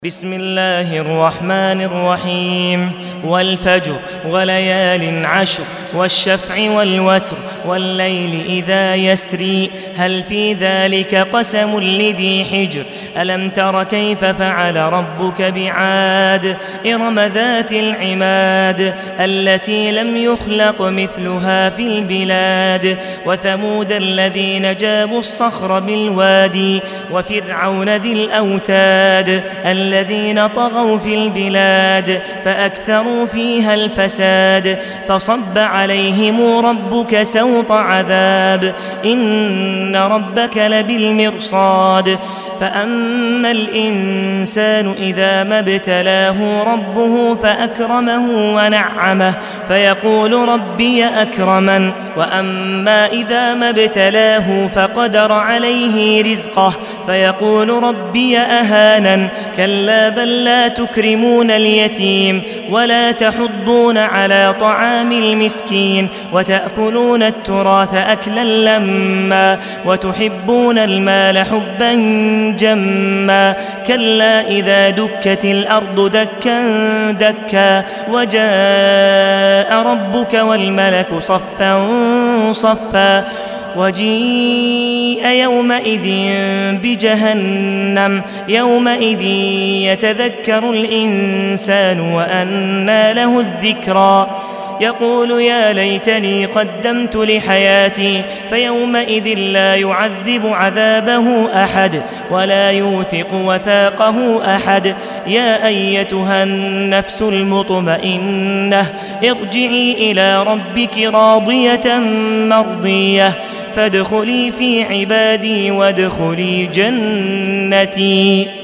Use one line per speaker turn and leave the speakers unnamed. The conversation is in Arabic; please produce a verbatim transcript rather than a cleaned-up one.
بسم الله الرحمن الرحيم والفجر وليال عشر والشفع والوتر والليل إذا يسري هل في ذلك قسم لذي حجر ألم تر كيف فعل ربك بعاد إرم ذات العماد التي لم يخلق مثلها في البلاد وثمود الذين جابوا الصخر بالوادي وفرعون ذي الأوتاد الذين طغوا في البلاد فأكثروا فيها الفساد فصب عليهم ربك سوط عذاب إن ربك لبالمرصاد فأما الإنسان إذا ما ابتلاه ربه فأكرمه ونعمه فيقول ربي أكرمن وأما إذا ما ابتلاه فقدر عليه رزقه فيقول ربي أهانن كلا بل لا تكرمون اليتيم ولا تحضون على طعام المسكين وتأكلون التراث أكلا لما وتحبون المال حبا جما كلا إذا دكت الأرض دكا دكا وجاء ربك والملك صفا صفا وجيء يومئذ بجهنم يومئذ يتذكر الإنسان وأنى له الذكرى يقول يا ليتني قدمت لحياتي فيومئذ لا يعذب عذابه أحد ولا يوثق وثاقه أحد يا أيتها النفس المطمئنة ارجعي إلى ربك راضية مرضية فادخلي في عبادي وادخلي جنتي.